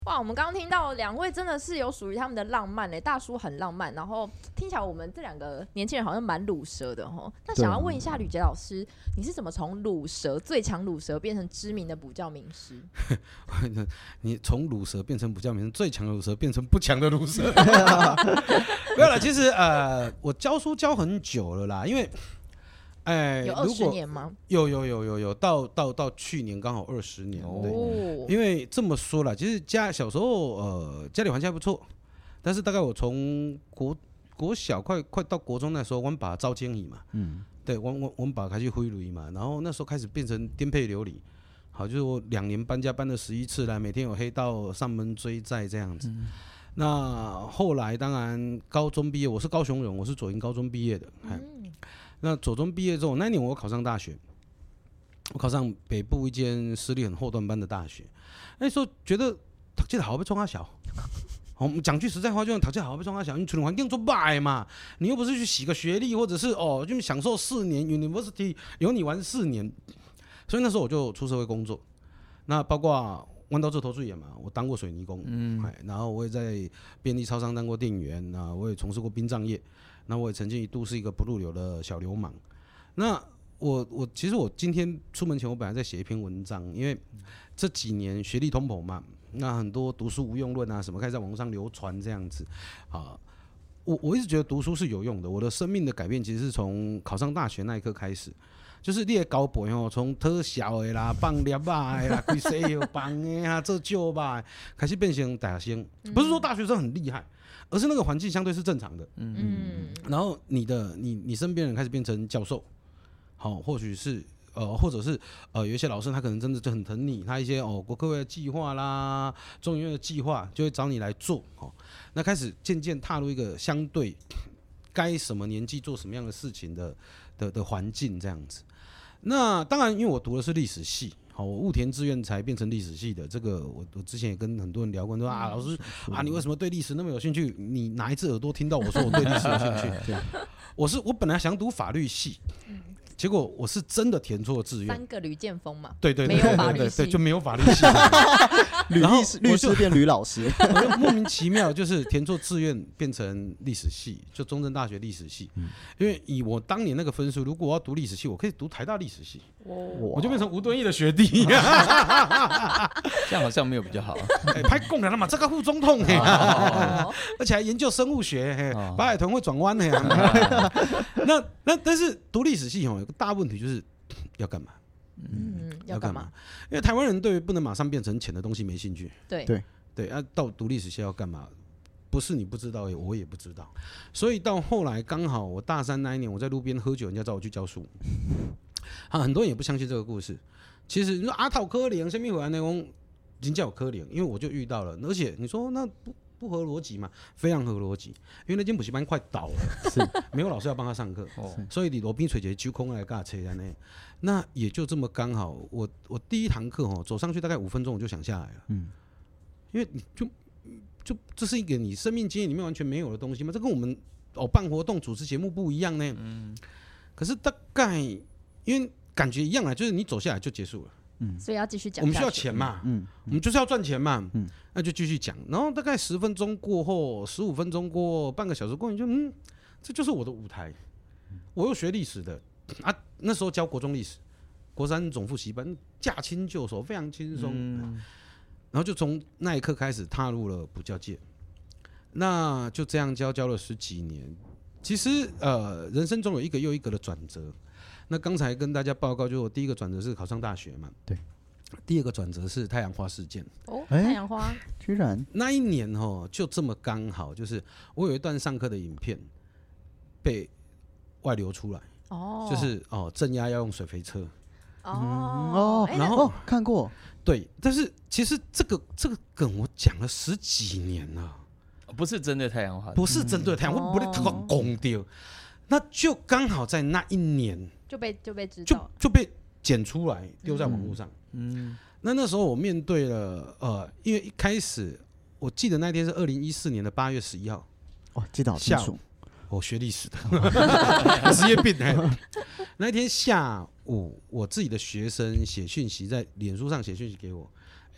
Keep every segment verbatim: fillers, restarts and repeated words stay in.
哇，我们刚刚听到两位真的是有属于他们的浪漫嘞，大叔很浪漫，然后听起来我们这两个年轻人好像蛮鲁蛇的齁。那想要问一下吕杰老师，你是怎么从鲁蛇最强鲁蛇变成知名的补教名师？ 你从鲁蛇变成补教名师，最强的鲁蛇变成不强的鲁蛇？没有啦，其实呃，我教书教很久了啦，因为。哎， 有二十年吗？ 有有有有有，到到到去年刚好二十年。 哦， 因为这么说啦，其实家小时候呃家里环境还不错，但是大概我从国国小快快到国中那时候，我们把招经理嘛，嗯，对，我我我们把开始挥雷嘛，然后那时候开始变成颠沛流离，好，就是我两年搬家搬了十一次来，每天有黑道上门追债这样子。嗯、那后来当然高中毕业，我是高雄人，我是左营高中毕业的，嗯。那左中毕业之后，那一年我考上大学，我考上北部一间私立很后段班的大学。那时候觉得读这好要创他小，我们讲句实在话，就是读这好要创他小，因为处理环境做歹嘛，你又不是去洗个学历，或者是哦就享受四年 university 有你玩四年，所以那时候我就出社会工作。那包括弯刀这头最远嘛，我当过水泥工，嗯，然后我也在便利超商当过店员，那我也从事过殡葬业。那我也曾经一度是一个不入流的小流氓。那我我其实我今天出门前，我本来在写一篇文章，因为这几年学历通膨嘛，那很多读书无用论啊什么开始在网络上流传这样子啊。我我一直觉得读书是有用的，我的生命的改变其实是从考上大学那一刻开始。就是你的高背吼，从特小的啦、放猎啊的啦、开西药房的啊、做酒吧，开始变成大学生。不是说大学生很厉害，而是那个环境相对是正常的。嗯，然后你的你你身边人开始变成教授，好，或许是呃，或者是呃，有一些老师他可能真的就很疼你，他一些哦国科会的计划啦、中研院的计划就会找你来做。哦，那开始渐渐踏入一个相对该什么年纪做什么样的事情的的的环境这样子。那当然，因为我读的是历史系，好，我务填志愿才变成历史系的。这个我我之前也跟很多人聊过，说啊，老师啊，你为什么对历史那么有兴趣？你哪一只耳朵听到我说我对历史有兴趣？我是我本来想读法律系，结果我是真的填错志愿。 三个吕建峰嘛， 对对对， 没有法律系， 对就没有法律系。 吕律师律师变吕老师， 我就莫名其妙就是填错志愿变成历史系，就中正大学历史系。嗯、因为以我当年那个分数，如果我要读历史系，我可以读台大历史系，我就变成吴敦义的学弟。这样好像没有比较好。 欸、拍共了嘛，这个副总统哎、欸，而且还研究生物学，欸哦、白海豚会转弯的呀。那那但是读历史系哦，有个大问题就是要干嘛？ 嗯，要干嘛？ 因为台湾人对于不能马上变成钱的东西没兴趣。 对对对，啊，到读历史系要干嘛？不是你不知道，我也不知道。所以到后来刚好我大三那一年，我在路边喝酒，人家找我去教书。啊，很多人也不相信这个故事。其实你说阿套可怜，什么回来内容，人家有可怜，因为我就遇到了，而且你说那不不合逻辑嘛？非常合逻辑，因为那间补习班快倒了，是没有老师要帮他上课，哦、所以你罗宾垂直揪空来尬车在那，那也就这么刚好，我我第一堂课哦走上去大概五分钟我就想下来了，嗯，因为你就就这是一个你生命经验里面完全没有的东西嘛，这跟我们哦办活动主持节目不一样呢，嗯，可是大概因为感觉一样啊，就是你走下来就结束了。 嗯，所以要继续讲。 我们需要钱嘛，嗯，我们就是要赚钱嘛，嗯，那就继续讲。然后大概十分钟过后，十五分钟过后，半个小时过后，你就嗯，这就是我的舞台。我又学历史的啊，那时候教国中历史，国三总复习班，驾轻就熟，非常轻松。嗯，然后就从那一刻开始踏入了补教界，那就这样教教了十几年。其实呃，人生中有一个又一个的转折。那刚才跟大家报告，就我第一个转折是考上大学嘛， 对。 第二个转折是太阳花事件。 哦，太阳花， 居然那一年哦，就这么刚好，就是我有一段上课的影片被外流出来，哦，就是哦镇压要用水肥车， 哦、 嗯、哦， 欸、 然后、哦、看过， 对，但是其实这个这个梗我讲了十几年了， 不是针对太阳花， 不是针对太阳花，我不是他讲公掉，那就刚好在那一年。 就被就被知道就就被剪出来丢在网络上。嗯，那那时候我面对了呃，因为一开始我记得那天是二零一四年的八月十一号， 哦，记得好清楚。 我学历史的，职业病哎。那天下午，我自己的学生写讯息在脸书上写讯息给我，哎、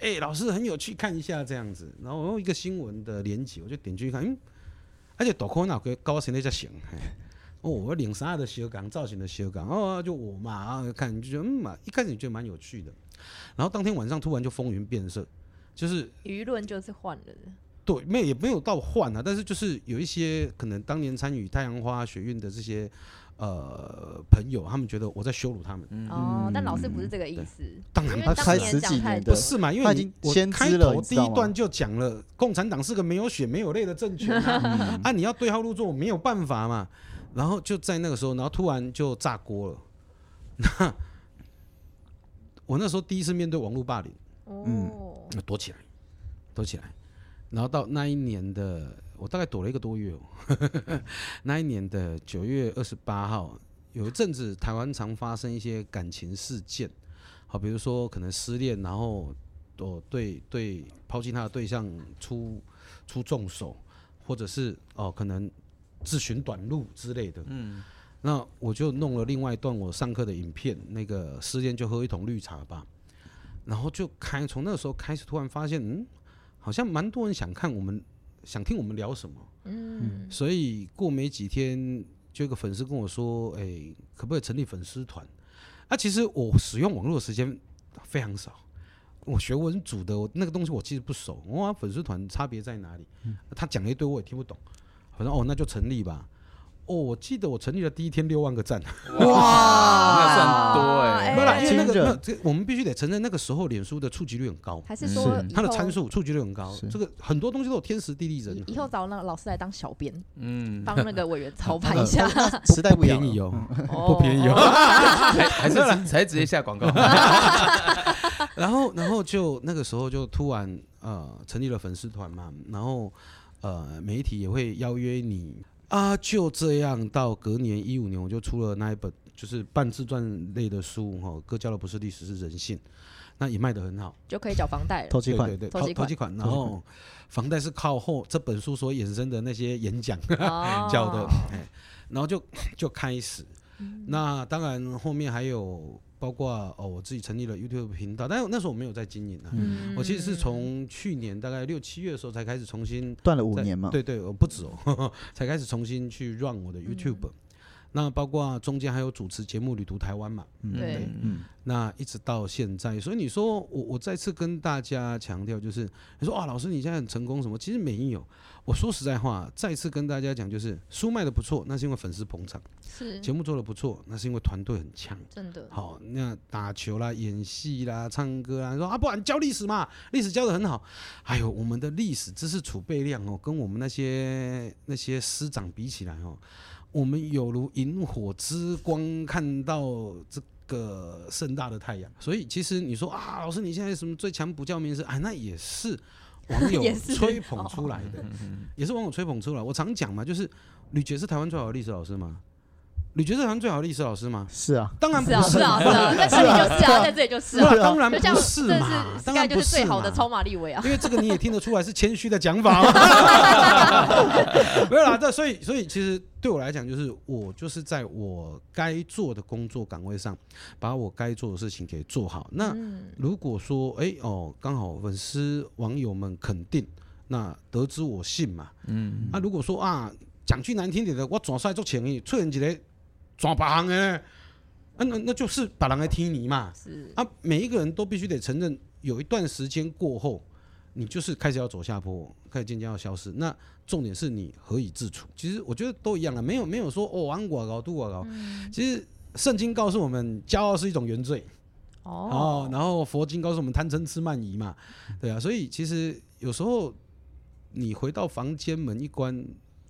哎、欸，老师很有趣，看一下这样子。然后我用一个新闻的连结，我就点进去看，嗯，而且大可哪个高身体才行，哦，我领啥的修改，造型的修改，哦，就我嘛，然后看就觉得嗯嘛，一开始你觉得蛮有趣的，然后当天晚上突然就风云变色，就是舆论就是换了的。 对，没有也没有到换啊，但是就是有一些可能当年参与太阳花学运的这些呃朋友，他们觉得我在羞辱他们。 嗯、哦，但老师不是这个意思。 当然， 他开十几年不是嘛？因为你我开头第一段就讲了，共产党是个没有血没有泪的政权啊，嗯、啊，你要对号入座，我没有办法嘛。然后就在那个时候，然后突然就炸锅了。那我那时候第一次面对网络霸凌，嗯，躲起来，躲起来。然后到那一年的，我大概躲了一个多月哦。那一年的九月二十八号，有一阵子台湾常发生一些感情事件，好，比如说可能失恋，然后哦对对抛弃他的对象出出重手，或者是哦可能自寻短路之类的。嗯，那我就弄了另外一段我上课的影片，那个失恋就喝一桶绿茶吧。然后就开从那个时候开始，突然发现嗯。好像蛮多人想看我们，想听我们聊什么，嗯，所以过没几天，就有个粉丝跟我说，哎、欸，可不可以成立粉丝团？啊，其实我使用网络的时间非常少，我学文组的，我那个东西我其实不熟，我说粉丝团差别在哪里？嗯、他讲了一堆我也听不懂，反正哦，那就成立吧。哦，我记得我成立的第一天六万个赞， 哇，那算多哎、 欸。没啦，因为那个那这我们必须得承认，那个时候脸书的触及率很高， 还是说它的参数触及率很高，这个很多东西都有天时地利人和。 以后找那个老师来当小编，嗯，帮那个委员操盘一下。 时代不便宜哦，不便宜哦， 还是才直接下广告。 然后，然后就那个时候就突然呃成立了粉丝团嘛，然后呃媒体也会邀约你。啊，就这样，到隔年一五年，我就出了那一本，就是半自传类的书，哈，哥教的不是历史，是人性，那也卖得很好， 就可以缴房贷了， 投期款， 对对对，投期款，然后房贷是靠后这本书所衍生的那些演讲缴的，哎，然后就就开始，嗯、那当然后面还有。包括哦，我自己成立了 YouTube 频道，但是那时候我没有在经营啊。嗯、我其实是从去年大概六七月的时候才开始重新断了五年嘛。 对对，我不止哦呵呵，才开始重新去 run 我的 YouTube、嗯。那包括中间还有主持节目《旅途台湾》嘛，嗯、对，嗯，那一直到现在，所以你说我我再次跟大家强调，就是你说啊，老师你现在很成功什么？其实没有。我说实在话，再次跟大家讲，就是书卖的不错，那是因为粉丝捧场； 是节目做的不错，那是因为团队很强。 真的。 好，那打球啦、演戏啦、唱歌啦，说啊，不然教历史嘛，历史教的很好。哎呦，我们的历史知识储备量哦，跟我们那些那些师长比起来哦。我们有如萤火之光，看到这个盛大的太阳。所以其实你说啊，老师你现在什么最强补教名师？哎，那也是网友吹捧出来的，也, 是也是网友吹捧出来。我常讲嘛，就是吕杰是台湾最好的历史老师吗？吕杰是台湾最好的历史老师吗？ 是啊， 当然不是啊，是啊，是啊，在这里就是啊，在这里就是啊， 当然不是嘛，当然不是最好的超马立伟啊， 因为这个你也听得出来是谦虚的讲法嘛。没有啦，这所以所以其实对我来讲，就是我就是在我该做的工作岗位上，把我该做的事情给做好。那如果说哎、欸、哦，刚好粉丝网友们肯定，那得知我幸嘛，嗯，那、啊、如果说啊讲句难听点的，我转帅做前一出现一个。转别行的，啊那那就是把人来踢你嘛。是啊，每一个人都必须得承认，有一段时间过后，你就是开始要走下坡，开始渐渐要消失。那重点是你何以自处？其实我觉得都一样了，没有没有说哦，安我高度我高。嗯、其实圣经告诉我们，骄傲是一种原罪。哦, 哦，然后佛经告诉我们，贪嗔痴慢疑嘛，对啊。所以其实有时候你回到房间门一关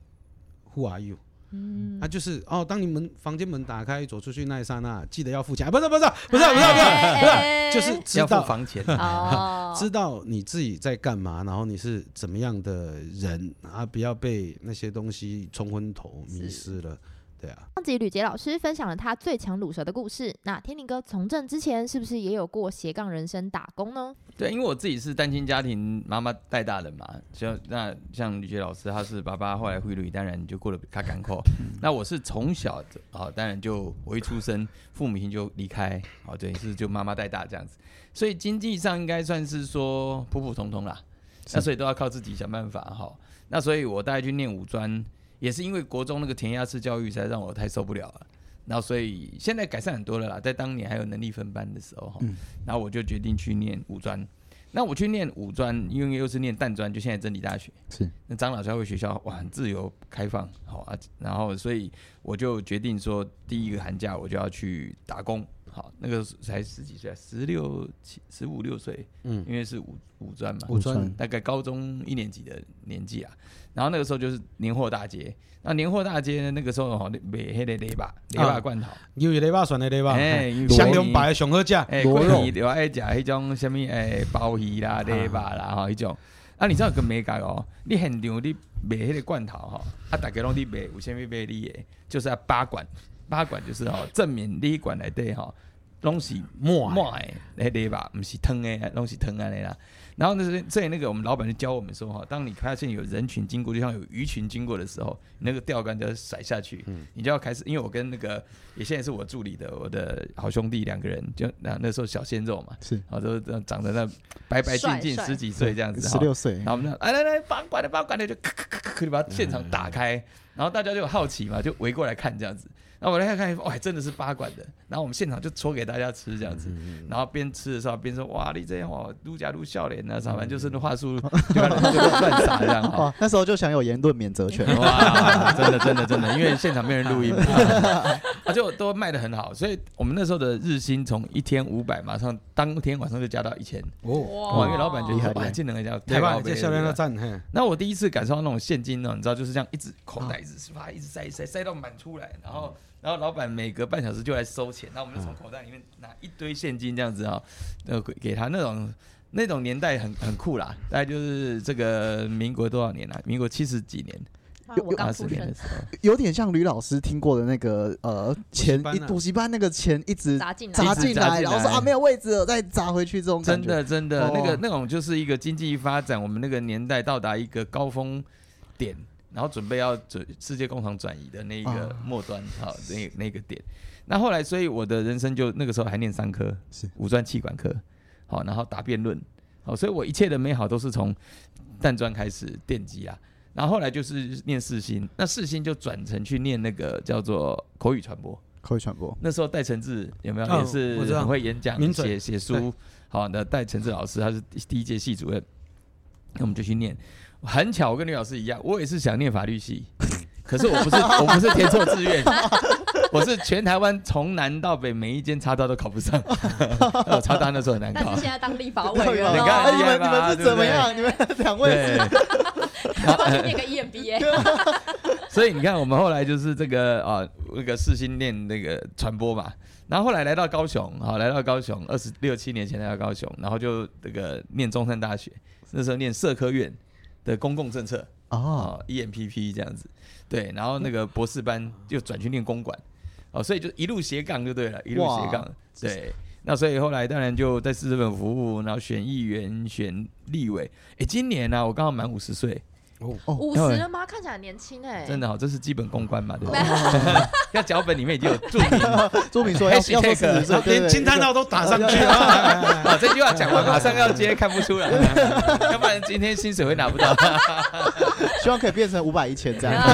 ，Who are you？嗯，啊，就是哦，当你们房间门打开，走出去那一刹那，记得要付钱，啊、不是不是不是不是不是不是，就是知道要付房钱， 知道你自己在干嘛，然后你是怎么样的人啊，不要被那些东西冲昏头，迷失了。对啊， 上集吕杰老师分享了他最强鲁蛇的故事。那天林哥从政之前，是不是也有过斜杠人生打工呢？ 对，因为我自己是单亲家庭，妈妈带大的嘛，像那像吕杰老师，他是爸爸后来回旅，当然就过得比较艰苦。那我是从小啊，当然就我一出生，父母亲就离开，啊，对，是就妈妈带大这样子，所以经济上应该算是说普普通通啦。那所以都要靠自己想办法哈。那所以我大概去念五专，也是因为国中那个填鸭式教育才让我太受不了了。然后所以现在改善很多了啦，在当年还有能力分班的时候，嗯、然后我就决定去念五专。那我去念五专，因为又是念淡专，就现在真理大学，是那长老教会学校，哇，很自由开放，好啊。然后所以我就决定说，第一个寒假我就要去打工。好，那个才十几岁，十六、十五六岁，嗯，因为是五五专嘛， 五专大概高中一年级的年纪啊。然后那个时候就是年货大街，那年货大街那个时候吼卖迄个雷霸雷霸罐头， 因为雷霸选的雷霸， 哎， 香料白上好食， 哎，过年就爱食迄种什么诶鲍鱼啦、雷霸啦，吼迄种。啊，你知道有个美感哦，你现场你卖迄个罐头吼，啊，大家拢你卖有啥物卖你的，就是啊八罐。八罐就是吼，正面里罐内底吼，拢是沫沫的迄个吧，不是汤的，拢是汤安尼啦。然后呢，所以那个我们老板就教我们说哈，当你发现有人群经过，就像有鱼群经过的时候，你那个钓竿就要甩下去，嗯、你就要开始。因为我跟那个也现在是我助理的我的好兄弟两个人，就那那时候小鲜肉嘛，是，好都长得那白白净净十几岁这样子， 十六岁， 然后我们就来来来，八罐的八罐的就咔咔咔咔就把现场打开，然后大家就好奇嘛，就围过来看这样子。然后我来看看，哇，真的是八罐的。然后我们现场就搓给大家吃这样子，然后边吃的时候边说，哇，你这样哇，愈加愈笑脸啊，啥反正就是那话术就乱撒这样哈。 那时候就享有言论免责权。 哇，真的真的真的，因为现场没人录音嘛，啊，就都卖得很好，所以我们那时候的日薪从一天五百，马上当天晚上就加到一千。哦，哇，因为老板觉得哇，这能力叫太高了， 这销量要赞。 那我第一次感受到那种现金呢，你知道，就是这样一直口袋一直发，一直塞塞塞到满出来，然后。然后老板每隔半小时就来收钱，然后我们就从口袋里面拿一堆现金这样子啊，呃给他那种那种年代很很酷啦，大概就是这个民国多少年啦？民国七十几年， 我刚出生的时候， 有点像吕老师听过的那个呃钱一补习班那个钱一直砸进来， 砸进来，然后说啊没有位置了，再砸回去这种感觉。 真的真的，那个那种就是一个经济发展，我们那个年代到达一个高峰点。然后准备要准世界工厂转移的那个末端，好、哦，那那个点。那后来，所以我的人生就那个时候还念三科，是五专气管科，好，然后打辩论，好，所以我一切的美好都是从淡专开始奠基啊。然后后来就是念世新，那世新就转成去念那个叫做口语传播， 口语传播。 那时候戴承志有没有、哦、也是很会演讲、写写书，好，那戴承志老师他是第一届系主任，那我们就去念。很巧，我跟吕老师一样，我也是想念法律系，可是我不是我不是填错志愿，我是全台湾从南到北每一间插刀都考不上，我插刀那时候很难考。 但是现在当立法委员了， 你看厉害吧？ 你们是怎么样？你们两位， 要不要去念个 E M B A？ 所以你看，我们后来就是这个啊，那个世新念那个传播嘛，然后后来来到高雄，好，来到高雄，二十六七年前来到高雄，然后就这个念中山大学，那时候念社科院。的公共政策哦 ，E M P P 这样子，对，然后那个博士班就转去念公管，哦，所以就一路斜杠就对了，一路斜杠，对，那所以后来当然就在市政府服务，然后选议员、选立委，哎，今年呢、啊，我刚好满五十岁。 五十了吗？看起来很年轻哎、欸， 真的好，这是基本公关嘛，对不对？要脚本里面已经有注明， 注明说要要说四十岁， 连惊叹号都打上去了。 啊，这句话讲完马上要接，看不出来，要不然今天薪水会拿不到。 希望可以变成五百一千这样。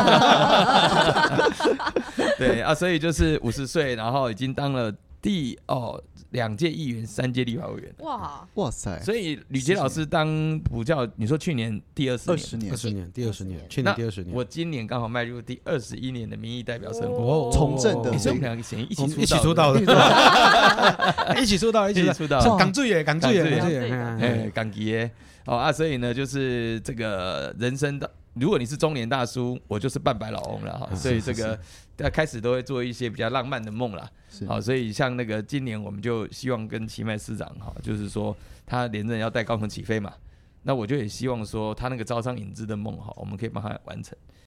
对啊，所以就是五十岁，然后已经当了第哦。两届议员，三届立法委员， 哇哇塞！ 所以吕杰老师当补教，你说去年第二十年， 二十年，第二十年，去年第二十年， 我今年刚好迈入第二十一年的民意代表生活， 哦，从政的， 所以我们两个显一起一起出道的，一起出道，一起出道，港最耶，港最耶，港最耶， 哎，港基耶，好啊，所以呢，就是这个人生的。如果你是中年大叔，我就是半白老翁了哈，所以这个开始都会做一些比较浪漫的梦啦。好，所以像那个今年我们就希望跟奇迈市长哈，就是说他连任要带高雄起飞嘛，那我就也希望说他那个招商引资的梦哈，我们可以帮他完成。